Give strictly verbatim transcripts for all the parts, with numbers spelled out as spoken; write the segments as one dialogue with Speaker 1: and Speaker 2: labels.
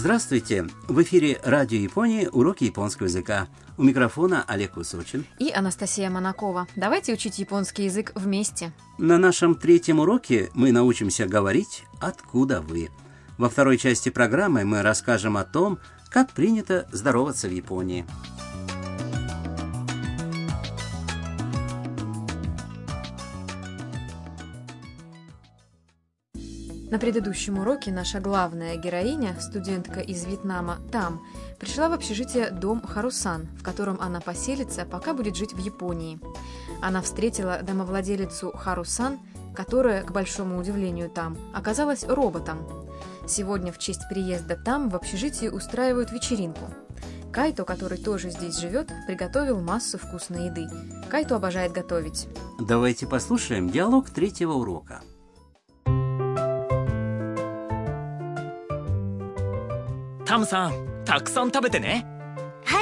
Speaker 1: Здравствуйте! В эфире Радио Японии «Уроки японского языка». У микрофона Олег Высочин
Speaker 2: и Анастасия Монакова. Давайте учить японский язык вместе.
Speaker 1: На нашем третьем уроке мы научимся говорить «Откуда вы?». Во второй части программы мы расскажем о том, как принято здороваться в Японии.
Speaker 2: На предыдущем уроке наша главная героиня, студентка из Вьетнама Там, пришла в общежитие дом Харусан, в котором она поселится, пока будет жить в Японии. Она встретила домовладелицу Харусан, которая, к большому удивлению Там, оказалась роботом. Сегодня в честь приезда Там в общежитии устраивают вечеринку. Кайто, который тоже здесь живет, приготовил массу вкусной еды. Кайто обожает готовить.
Speaker 1: Давайте послушаем диалог третьего урока.
Speaker 3: Там-сан, たくさん食べてね。
Speaker 4: はい。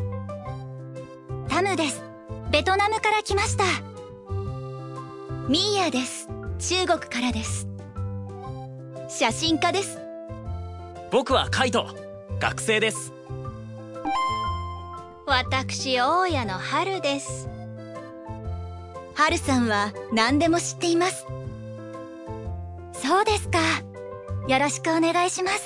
Speaker 4: タムです。ベトナムから来ました。ミーヤです。中国からです。写真家です。
Speaker 3: 僕はカイト、学生です。
Speaker 4: 私、大家の春です。春さんは何でも知っています。そうですか。よろしくお願いします。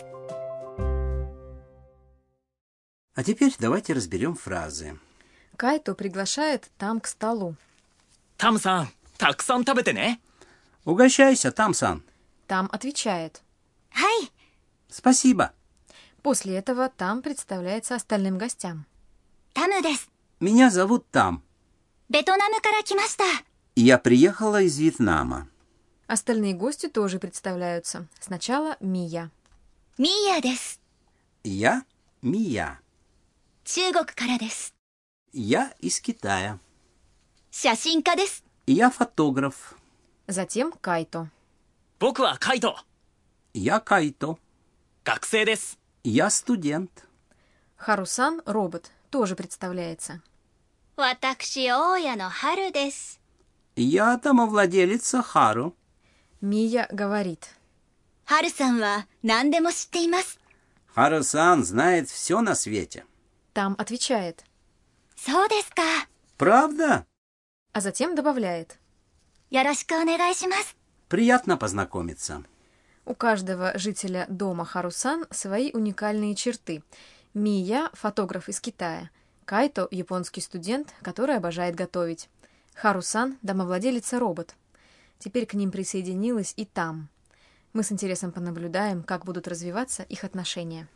Speaker 1: А теперь давайте разберем фразы.
Speaker 2: Кайто приглашает Там к столу.
Speaker 3: Там-сан, たくさん食べてね。
Speaker 1: Угощайся, Там-сан.
Speaker 2: Там отвечает.
Speaker 4: はい。
Speaker 1: Спасибо.
Speaker 2: После этого Там представляется остальным гостям.
Speaker 4: タムです。
Speaker 1: Меня зовут Там.
Speaker 4: ベトナムから来ました。
Speaker 1: Я приехала из Вьетнама.
Speaker 2: Остальные гости тоже представляются. Сначала Мия.
Speaker 4: ミーヤです。
Speaker 1: Я Мия.
Speaker 4: 中国からです。
Speaker 1: Я из Китая.
Speaker 4: 写真家です。
Speaker 1: Я фотограф.
Speaker 2: Затем Кайто.
Speaker 3: 僕はカイト、
Speaker 1: Я Кайто.
Speaker 3: 学生です。
Speaker 1: Я студент.
Speaker 2: Харусан, робот, тоже представляется.
Speaker 4: 私、大家の春です。
Speaker 1: Я домовладелица Хару.
Speaker 2: Мия говорит.
Speaker 4: 春さんは何でも知っています。
Speaker 1: Хару-сан знает все на свете.
Speaker 2: Там отвечает.
Speaker 4: そうですか。
Speaker 1: Правда?
Speaker 2: А затем добавляет.
Speaker 4: よろしくお願いします。
Speaker 1: Приятно познакомиться.
Speaker 2: У каждого жителя дома Харусан свои уникальные черты. Мия – фотограф из Китая. Кайто – японский студент, который обожает готовить. Харусан – домовладелица-робот. Теперь к ним присоединилась и Там. Мы с интересом понаблюдаем, как будут развиваться их отношения.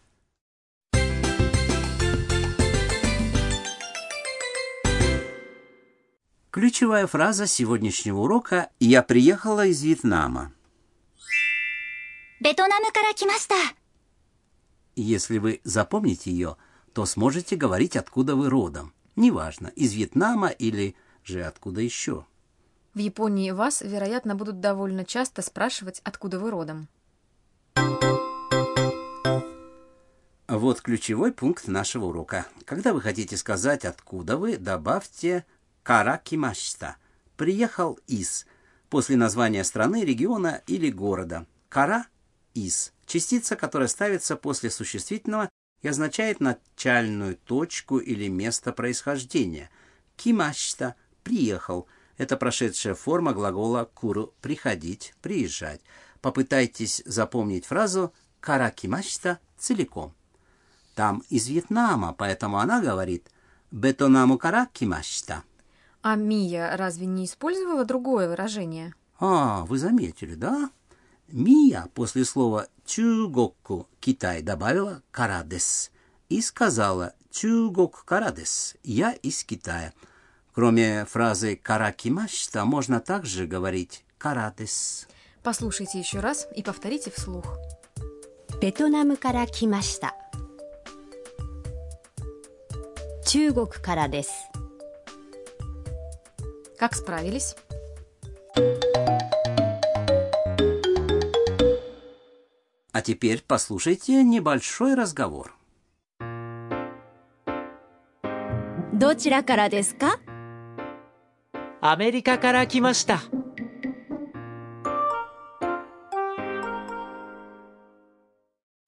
Speaker 1: Ключевая фраза сегодняшнего урока «Я приехала из Вьетнама».
Speaker 4: ベトナムから来ました。
Speaker 1: Если вы запомните ее, то сможете говорить, откуда вы родом. Неважно, из Вьетнама или же откуда еще.
Speaker 2: В Японии вас, вероятно, будут довольно часто спрашивать, откуда вы родом.
Speaker 1: Вот ключевой пункт нашего урока. Когда вы хотите сказать, откуда вы, добавьте «каракимашта» – «приехал из» после названия страны, региона или города. «Кара» – «из» – частица, которая ставится после существительного и означает начальную точку или место происхождения. «Кимашта» – «приехал» – это прошедшая форма глагола «куру» – «приходить», «приезжать». Попытайтесь запомнить фразу «каракимашта» целиком. Там из Вьетнама, поэтому она говорит «бетонаму каракимашта».
Speaker 2: А Мия разве не использовала другое выражение?
Speaker 1: А, вы заметили, да? Мия после слова «чугокку» Китай добавила «карадес» и сказала «чугок карадес» я из Китая. Кроме фразы «каракимашта» можно также говорить «карадес».
Speaker 2: Послушайте еще раз и повторите вслух.
Speaker 4: ベトナムから来ました。中国からです。
Speaker 2: Как справились?
Speaker 1: А теперь послушайте небольшой разговор.
Speaker 4: どちらからですか？
Speaker 5: アメリカから来ました。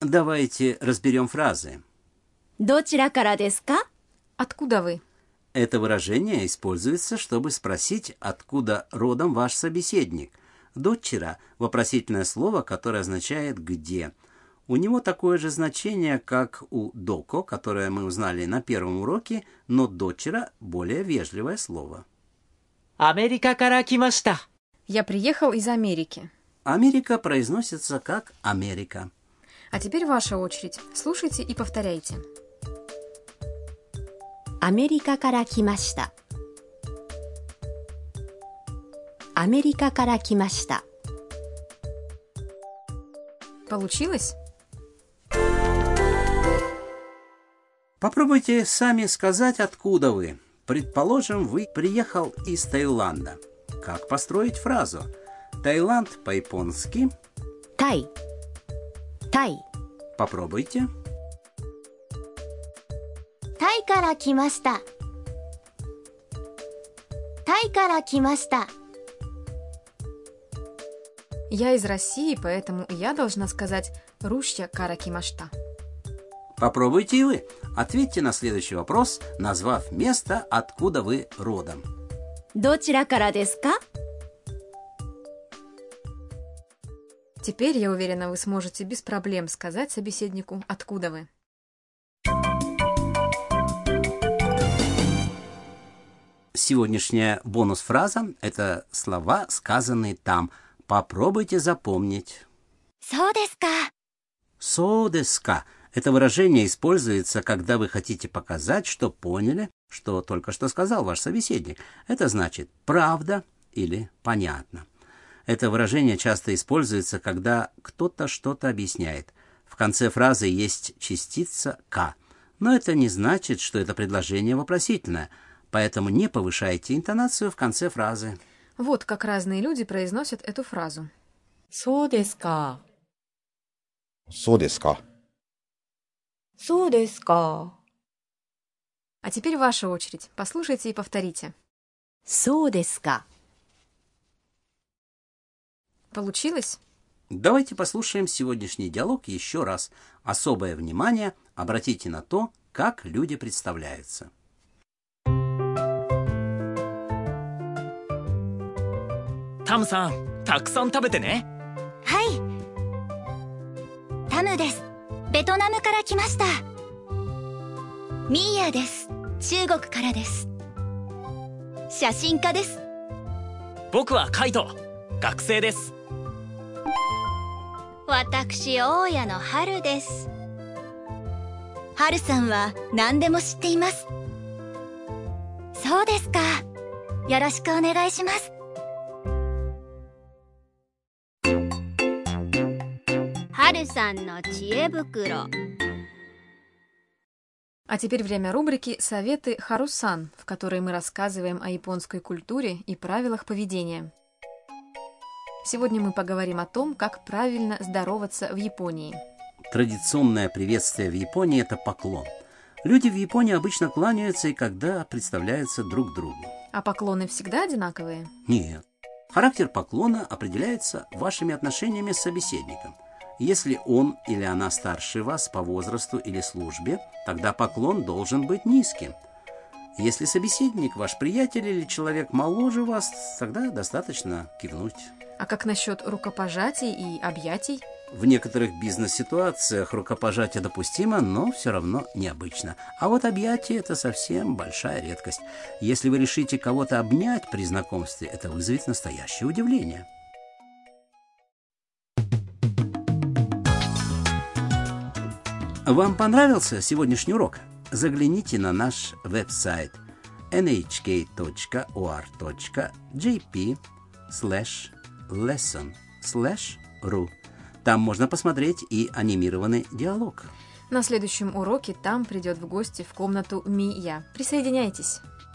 Speaker 1: Давайте разберем фразы.
Speaker 4: どちらからですか?
Speaker 2: Откуда вы?
Speaker 1: Это выражение используется, чтобы спросить, откуда родом ваш собеседник. Дочера – вопросительное слово, которое означает «где». У него такое же значение, как у доко, которое мы узнали на первом уроке, но дочера – более вежливое слово.
Speaker 5: アメリカから来ました。
Speaker 2: Я приехал из Америки.
Speaker 1: Америка произносится как Америка.
Speaker 2: А теперь ваша очередь. Слушайте и повторяйте.
Speaker 4: アメリカから来ました。アメリカから来ました。
Speaker 2: Получилось?
Speaker 1: Попробуйте сами сказать, откуда вы. Предположим, вы приехал из Таиланда. Как построить фразу? Таиланд по-японски.
Speaker 4: タイ。タイ。
Speaker 1: Попробуйте.
Speaker 4: タイから来ました。タイから来ました。
Speaker 2: Я из России, поэтому я должна сказать «Руща каракимашта».
Speaker 1: Попробуйте и вы. Ответьте на следующий вопрос, назвав место, откуда вы родом.
Speaker 4: どちらからですか?
Speaker 2: Теперь, я уверена, вы сможете без проблем сказать собеседнику, откуда вы.
Speaker 1: Сегодняшняя бонус-фраза – это слова, сказанные там. Попробуйте запомнить.
Speaker 4: そうですか。
Speaker 1: «Содеска» – это выражение используется, когда вы хотите показать, что поняли, что только что сказал ваш собеседник. Это значит «правда» или «понятно». Это выражение часто используется, когда кто-то что-то объясняет. В конце фразы есть частица «к», но это не значит, что это предложение вопросительное, поэтому не повышайте интонацию в конце фразы.
Speaker 2: Вот как разные люди произносят эту фразу.
Speaker 6: そうですか。
Speaker 7: そうですか。
Speaker 6: そうですか。
Speaker 2: А теперь ваша очередь. Послушайте и повторите.
Speaker 4: そうですか。
Speaker 2: Получилось?
Speaker 1: Давайте послушаем сегодняшний диалог еще раз. Особое внимание обратите на то, как люди представляются.
Speaker 3: タムさん、たくさん食べてね。
Speaker 4: はい。タムです。ベトナムから来ました。ミーヤです。中国からです。写真家です。
Speaker 3: 僕はカイト、学生です。
Speaker 4: 私、大家の春です。春さんは何でも知っています。そうですか。よろしくお願いします。春さんの知恵袋。
Speaker 2: А теперь время рубрики «Советы Харусан», в которой мы рассказываем о японской культуре и правилах поведения. Сегодня мы поговорим о том, как правильно здороваться в Японии.
Speaker 1: Традиционное приветствие в Японии – это поклон. Люди в Японии обычно кланяются и когда представляются друг другу.
Speaker 2: А поклоны всегда одинаковые?
Speaker 1: Нет. Характер поклона определяется вашими отношениями с собеседником. Если он или она старше вас по возрасту или службе, тогда поклон должен быть низким. Если собеседник ваш приятель или человек моложе вас, тогда достаточно кивнуть.
Speaker 2: А как насчет рукопожатий и объятий?
Speaker 1: В некоторых бизнес-ситуациях рукопожатие допустимо, но все равно необычно. А вот объятие – это совсем большая редкость. Если вы решите кого-то обнять при знакомстве, это вызовет настоящее удивление. Вам понравился сегодняшний урок? Загляните на наш веб-сайт эн эйч кей точка о ар точка джей пи слэш lesson слэш ру. Там можно посмотреть и анимированный диалог.
Speaker 2: На следующем уроке там придет в гости в комнату Мия. Присоединяйтесь!